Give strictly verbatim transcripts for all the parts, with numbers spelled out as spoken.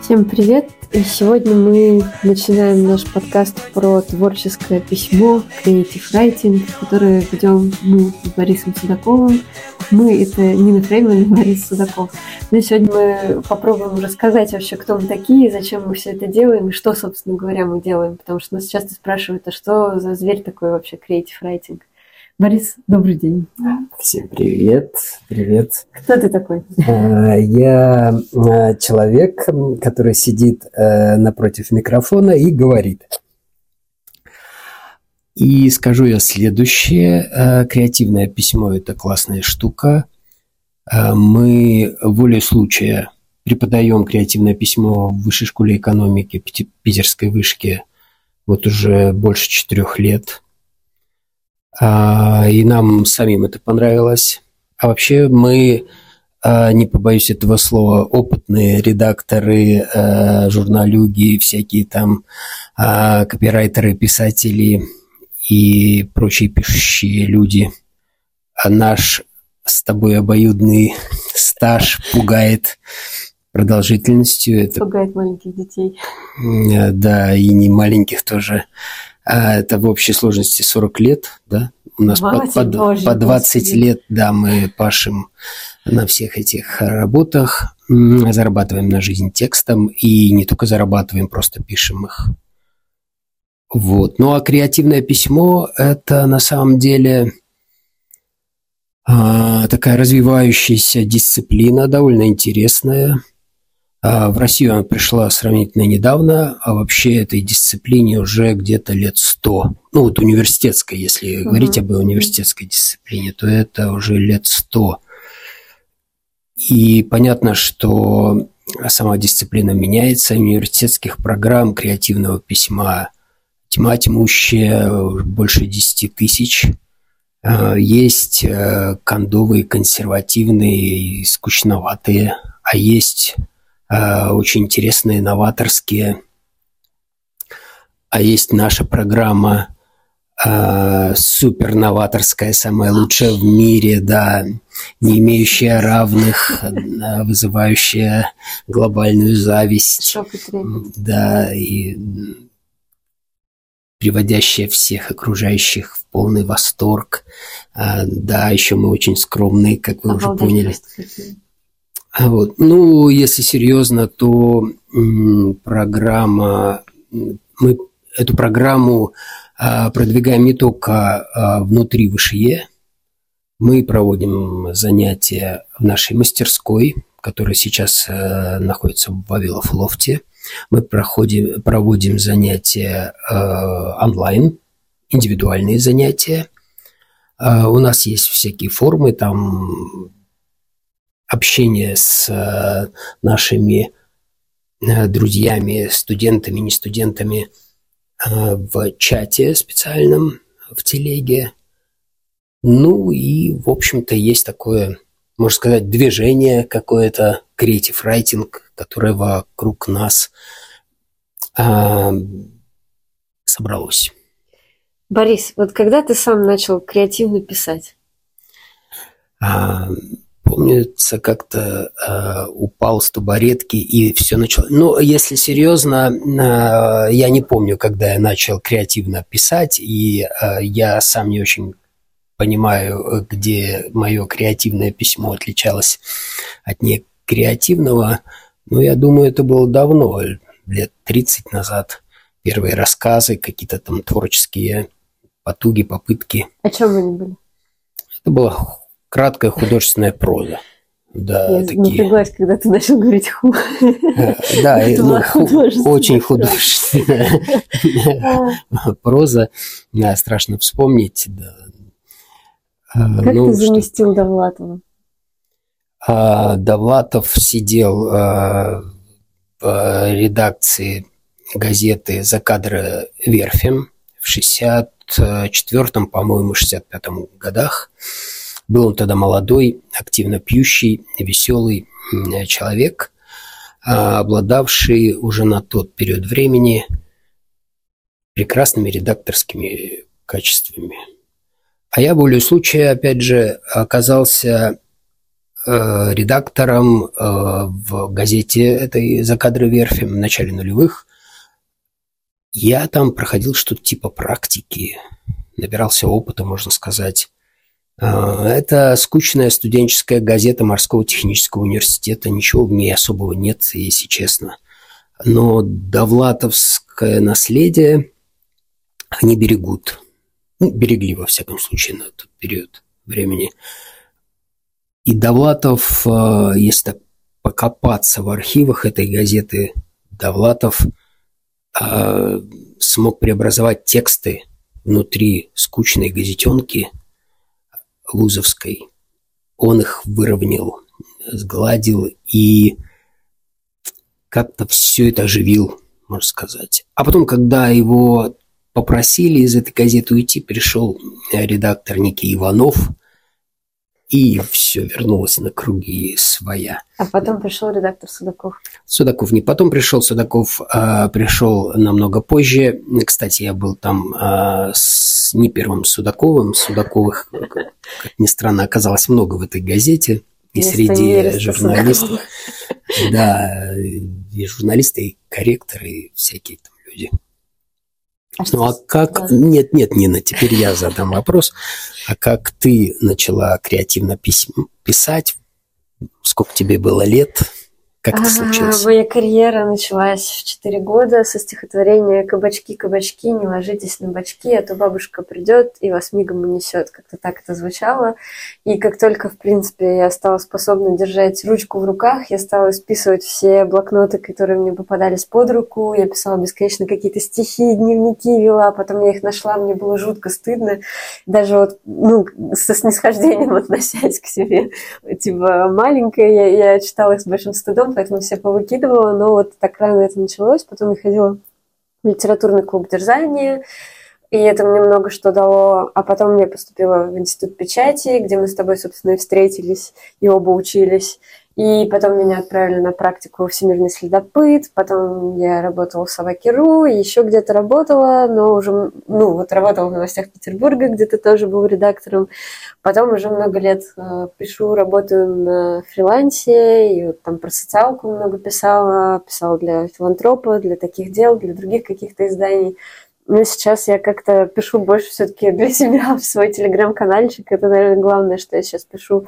Всем привет! И сегодня мы начинаем наш подкаст про творческое письмо, Creative Writing, которое ведем мы с Борисом Судаковым. Мы — это Нина Фрейман и Борис Судаков. Но сегодня мы попробуем рассказать вообще, кто мы такие, зачем мы все это делаем и что, собственно говоря, мы делаем. Потому что нас часто спрашивают, а что за зверь такой вообще Creative Writing? Борис, добрый день. Всем привет. Привет. Кто ты такой? Я человек, который сидит напротив микрофона и говорит. И скажу я следующее. Креативное письмо – это классная штука. Мы волей случая преподаем креативное письмо в Высшей школе экономики Питерской вышки вот уже больше четырех лет. И нам самим это понравилось. А вообще мы, не побоюсь этого слова, опытные редакторы, журналюги, всякие там копирайтеры, писатели и прочие пишущие люди. А наш с тобой обоюдный стаж пугает продолжительностью. Это пугает маленьких детей. Да, и не маленьких тоже. А это в общей сложности сорок лет, да? У нас по, по, по двадцать лет, да, мы пашем на всех этих работах, зарабатываем на жизнь текстом, и не только зарабатываем, просто пишем их. Вот. Ну, а креативное письмо – это на самом деле а, такая развивающаяся дисциплина, довольно интересная. В Россию она пришла сравнительно недавно, а вообще этой дисциплине уже где-то лет сто. Ну, вот университетской, если uh-huh. говорить об университетской дисциплине, то это уже лет сто. И понятно, что сама дисциплина меняется. Университетских программ креативного письма тьма тьмущая, больше десяти тысяч. Есть кондовые, консервативные, скучноватые, а есть очень интересные, новаторские. А есть наша программа э, супер новаторская, самая лучшая в мире, да, не имеющая равных, вызывающая глобальную зависть. Шок и трепет. Да, и приводящая всех окружающих в полный восторг. А, да, еще мы очень скромные, как вы уже поняли. Вот. Ну, если серьезно, то м, программа, мы эту программу а, продвигаем не только а, внутри ВШЕ, мы проводим занятия в нашей мастерской, которая сейчас а, находится в Вавилов лофте. Мы проходим, проводим занятия а, онлайн, индивидуальные занятия. А, у нас есть всякие формы, там общение с э, нашими э, друзьями, студентами, не студентами э, в чате специальном, в телеге. Ну и, в общем-то, есть такое, можно сказать, движение какое-то, Creative Writing, которое вокруг нас э, собралось. Борис, вот когда ты сам начал креативно писать? А, Помнится, как-то э, упал с табуретки и все начало. Ну, если серьезно, э, я не помню, когда я начал креативно писать, и э, я сам не очень понимаю, где мое креативное письмо отличалось от некреативного. Но я думаю, это было давно, лет тридцать назад. Первые рассказы, какие-то там творческие потуги, попытки. О чем они были? Это было краткая художественная проза. Да, я такие... напряглась, когда ты начал говорить ху. Да, ну, очень художественная проза. Страшно вспомнить. Как ты заместил Довлатова? Довлатов сидел в редакции газеты «За кадра верфи» в шестьдесят четвёртом, по-моему, шестьдесят пятом годах. Был он тогда молодой, активно пьющий, веселый человек, обладавший уже на тот период времени прекрасными редакторскими качествами. А я волею случая, опять же, оказался э, редактором э, в газете этой «Закадры верфи» в начале нулевых. Я там проходил что-то типа практики, набирался опыта, можно сказать. Это скучная студенческая газета Морского технического университета. Ничего в ней особого нет, если честно. Но довлатовское наследие они берегут. Ну, берегли, во всяком случае, на тот период времени. И Довлатов, если так покопаться в архивах этой газеты, Довлатов смог преобразовать тексты внутри скучной газетенки вузовской. Он их выровнял, сгладил и как-то все это оживил, можно сказать. А потом, когда его попросили из этой газеты уйти, пришел редактор некий Иванов, и все вернулось на круги своя. А потом пришел редактор Судаков. Судаков не потом пришел, Судаков а, пришел намного позже. Кстати, я был там а, с не первым Судаковым. Судаковых, как ни странно, оказалось много в этой газете. И среди журналистов. Да, и журналисты, и корректоры, и всякие там люди. А ну, а как... Да. Нет, нет, Нина, теперь я задам вопрос. А как ты начала креативно письм... писать? Сколько тебе было лет? Как это случилось? Моя карьера началась в четыре года со стихотворения «Кабачки, кабачки, не ложитесь на бочки, а то бабушка придет и вас мигом унесет». Как-то так это звучало. И как только, в принципе, я стала способна держать ручку в руках, я стала списывать все блокноты, которые мне попадались под руку. Я писала бесконечно какие-то стихи, дневники вела, потом я их нашла, мне было жутко стыдно. Даже вот, ну, со снисхождением относясь к себе. Типа маленькая, я, я читала их с большим стыдом, поэтому все повыкидывала, но вот так рано это началось. Потом я ходила в литературный клуб «Дерзание», и это мне много что дало. А потом я поступила в институт печати, где мы с тобой, собственно, и встретились, и оба учились. И потом меня отправили на практику «Всемирный следопыт», потом я работала в «Собаке.ру», еще где-то работала, но уже, ну, вот работала в «Новостях Петербурга», где ты тоже был редактором. Потом уже много лет э, пишу, работаю на фрилансе, и вот там про социалку много писала, писала для «Филантропа», для «Таких дел», для других каких-то изданий. Но сейчас я как-то пишу больше все-таки для себя в свой телеграм-канальчик. Это, наверное, главное, что я сейчас пишу.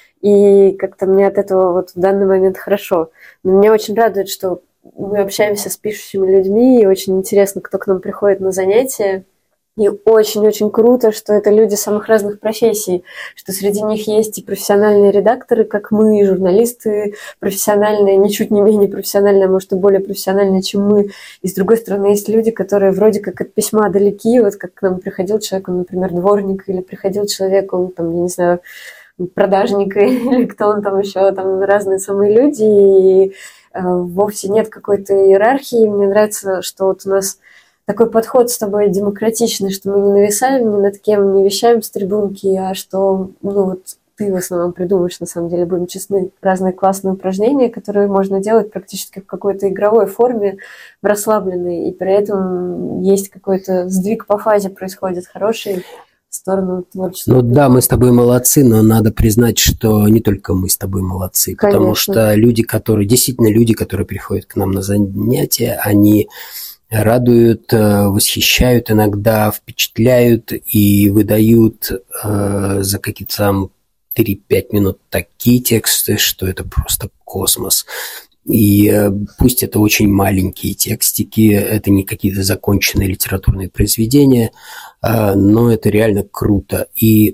И как-то мне от этого вот в данный момент хорошо. Но меня очень радует, что мы общаемся с пишущими людьми, и очень интересно, кто к нам приходит на занятия. И очень-очень круто, что это люди самых разных профессий, что среди них есть и профессиональные редакторы, как мы, и журналисты профессиональные, ничуть не менее профессиональные, а может и более профессиональные, чем мы. И с другой стороны, есть люди, которые вроде как от письма далеки, вот как к нам приходил человек, он, например, дворник, или приходил человек, он там, я не знаю, продажник, или кто он там еще, там разные самые люди, и э, вовсе нет какой-то иерархии. Мне нравится, что вот у нас такой подход с тобой демократичный, что мы не нависаем ни над кем, не вещаем с трибунки, а что, ну вот ты в основном придумаешь, на самом деле, будем честны, разные классные упражнения, которые можно делать практически в какой-то игровой форме, в расслабленной, и при этом есть какой-то сдвиг по фазе происходит хороший в сторону творчества. Ну да, мы с тобой молодцы, но надо признать, что не только мы с тобой молодцы, Конечно. Потому что люди, которые, действительно люди, которые приходят к нам на занятия, они радуют, восхищают иногда, впечатляют и выдают э, за какие-то там три-пять минут такие тексты, что это просто космос. И э, пусть это очень маленькие текстики, это не какие-то законченные литературные произведения, э, но это реально круто. И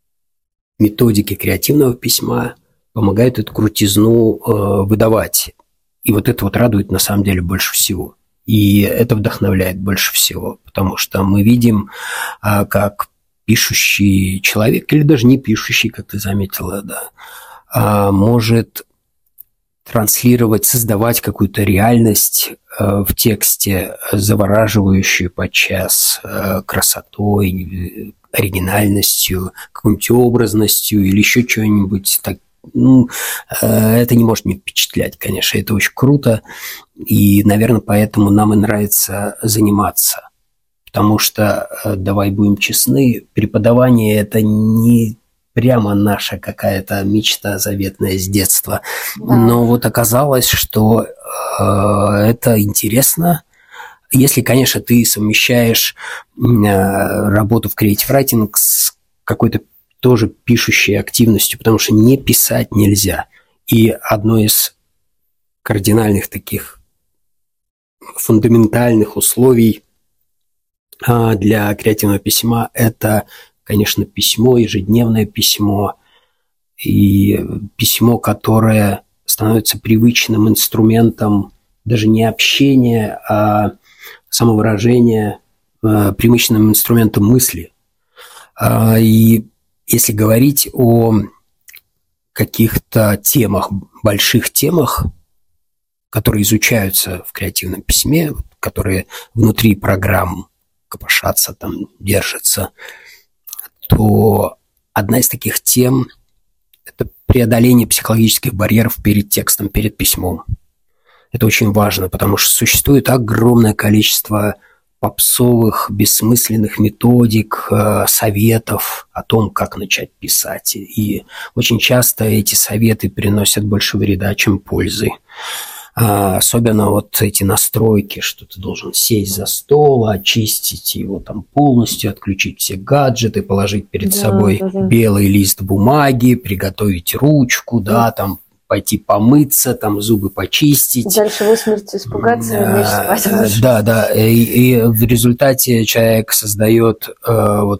методики креативного письма помогают эту крутизну э, выдавать. И вот это вот радует на самом деле больше всего. И это вдохновляет больше всего, потому что мы видим, э, как пишущий человек, или даже не пишущий, как ты заметила, да, э, может транслировать, создавать какую-то реальность э, в тексте, завораживающую подчас э, красотой, оригинальностью, какой-нибудь образностью или еще что-нибудь. Так, ну, э, это не может не впечатлять, конечно, это очень круто, и, наверное, поэтому нам и нравится заниматься, потому что, э, давай будем честны, преподавание – это не прямо наша какая-то мечта заветная с детства. Да. Но вот оказалось, что э, это интересно, если, конечно, ты совмещаешь э, работу в Creative Writing с какой-то тоже пишущей активностью, потому что не писать нельзя. И одно из кардинальных таких фундаментальных условий э, для креативного письма – это, конечно, письмо, ежедневное письмо, и письмо, которое становится привычным инструментом даже не общения, а самовыражения, привычным инструментом мысли. И если говорить о каких-то темах, больших темах, которые изучаются в креативном письме, которые внутри программ копошатся, там, держатся, то одна из таких тем – это преодоление психологических барьеров перед текстом, перед письмом. Это очень важно, потому что существует огромное количество попсовых, бессмысленных методик, советов о том, как начать писать. И очень часто эти советы приносят больше вреда, чем пользы. Особенно вот эти настройки, что ты должен сесть за стол, очистить его там полностью, отключить все гаджеты, положить перед да, собой да, да. белый лист бумаги, приготовить ручку, да, там пойти помыться, там зубы почистить. Дальше в смерти испугаться и лечь спать. Да, да. И, и в результате человек создает э, вот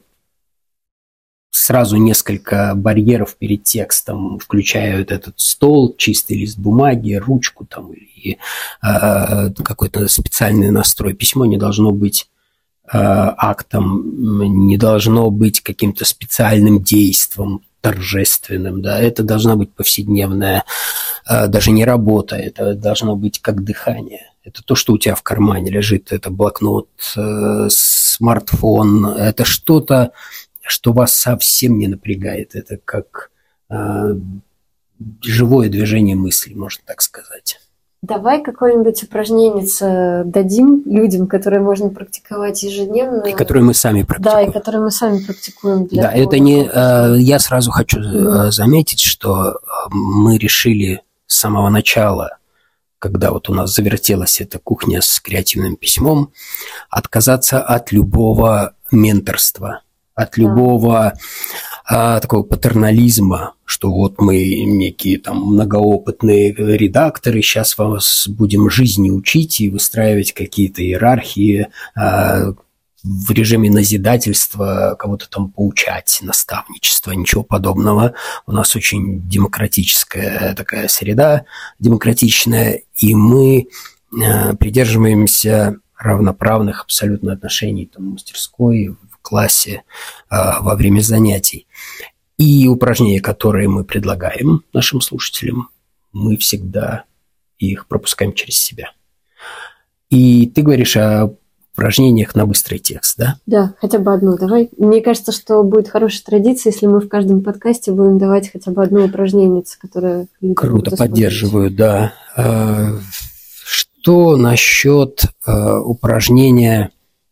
сразу несколько барьеров перед текстом, включая вот этот стол, чистый лист бумаги, ручку там или э, какой-то специальный настрой. Письмо не должно быть э, актом, не должно быть каким-то специальным действием, торжественным, да, это должна быть повседневная, э, даже не работа, это должно быть как дыхание. Это то, что у тебя в кармане лежит, это блокнот, э, смартфон, это что-то, что вас совсем не напрягает. Это как э, живое движение мысли, можно так сказать. Давай какое-нибудь упражнение дадим людям, которые можно практиковать ежедневно. И которые мы сами практикуем. Да, и которые мы сами практикуем. Для да, это не... Э, я сразу хочу mm-hmm. заметить, что мы решили с самого начала, когда вот у нас завертелась эта кухня с креативным письмом, отказаться от любого менторства, от любого а, такого патернализма, что вот мы некие там многоопытные редакторы, сейчас вас будем жизни учить и выстраивать какие-то иерархии, а, в режиме назидательства кого-то там поучать, наставничество, ничего подобного. У нас очень демократическая такая среда, демократичная, и мы а, придерживаемся равноправных абсолютно отношений там, в мастерской, классе а, во время занятий. И упражнения, которые мы предлагаем нашим слушателям, мы всегда их пропускаем через себя. И ты говоришь о упражнениях на быстрый текст, да? Да, хотя бы одно. Давай. Мне кажется, что будет хорошая традиция, если мы в каждом подкасте будем давать хотя бы одно упражнение, которое... Круто, поддерживаю, да. Что насчет упражнения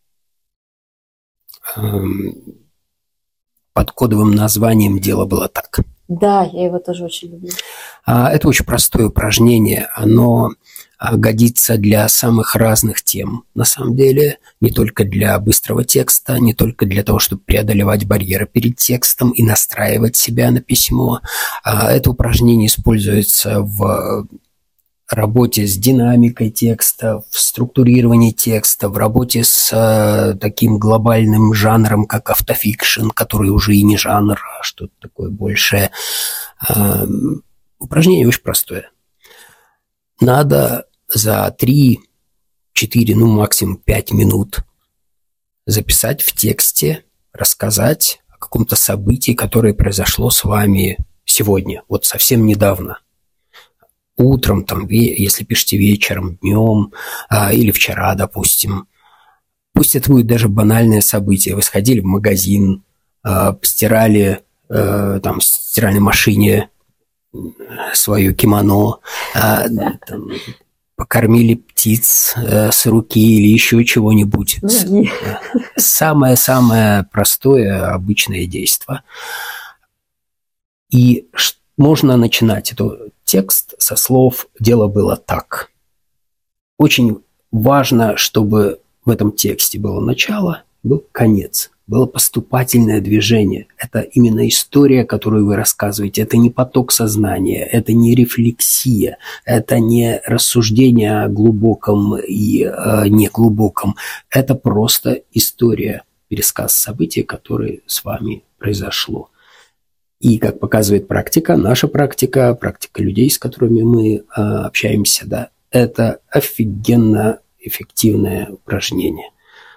под кодовым названием «Дело было так»? Да, я его тоже очень люблю. Это очень простое упражнение. Оно годится для самых разных тем. На самом деле, не только для быстрого текста, не только для того, чтобы преодолевать барьеры перед текстом и настраивать себя на письмо. Это упражнение используется в работе с динамикой текста, в структурировании текста, в работе с э, таким глобальным жанром, как автофикшн, который уже и не жанр, а что-то такое большее. Э, упражнение очень простое. Надо за три-четыре, ну максимум пять минут записать в тексте, рассказать о каком-то событии, которое произошло с вами сегодня, вот совсем недавно. Утром, там, если пишете вечером, днем а, или вчера, допустим. Пусть это будет даже банальное событие. Вы сходили в магазин, а, постирали а, там, в стиральной машине свое кимоно, а, там, покормили птиц а, с руки или еще чего-нибудь. Самое-самое простое, обычное действие. И можно начинать этот текст со слов «дело было так». Очень важно, чтобы в этом тексте было начало, был конец, было поступательное движение. Это именно история, которую вы рассказываете. Это не поток сознания, это не рефлексия, это не рассуждение о глубоком и э, неглубоком. Это просто история, пересказ событий, которое с вами произошло. И, как показывает практика, наша практика, практика людей, с которыми мы э, общаемся, да, это офигенно эффективное упражнение.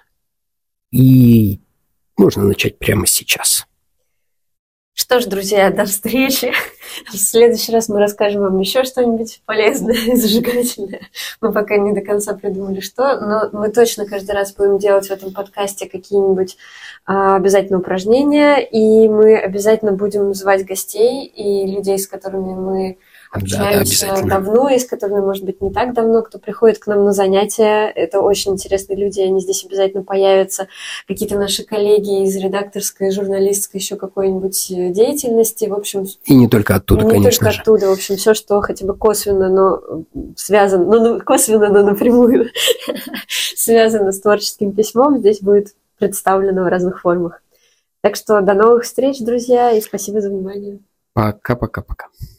И можно начать прямо сейчас. Что ж, друзья, до встречи. В следующий раз мы расскажем вам еще что-нибудь полезное и зажигательное. Мы пока не до конца придумали, что, но мы точно каждый раз будем делать в этом подкасте какие-нибудь а, обязательно упражнения, и мы обязательно будем звать гостей и людей, с которыми мы общаемся да, да, давно, и с которыми, может быть, не так давно, кто приходит к нам на занятия. Это очень интересные люди, они здесь обязательно появятся. Какие-то наши коллеги из редакторской, журналистской, еще какой-нибудь деятельности. В общем, и не только оттуда, не конечно только же. оттуда. В общем, все, что хотя бы косвенно, но связано, ну, косвенно, но напрямую связано с творческим письмом, здесь будет представлено в разных формах. Так что до новых встреч, друзья, и спасибо за внимание. Пока-пока-пока.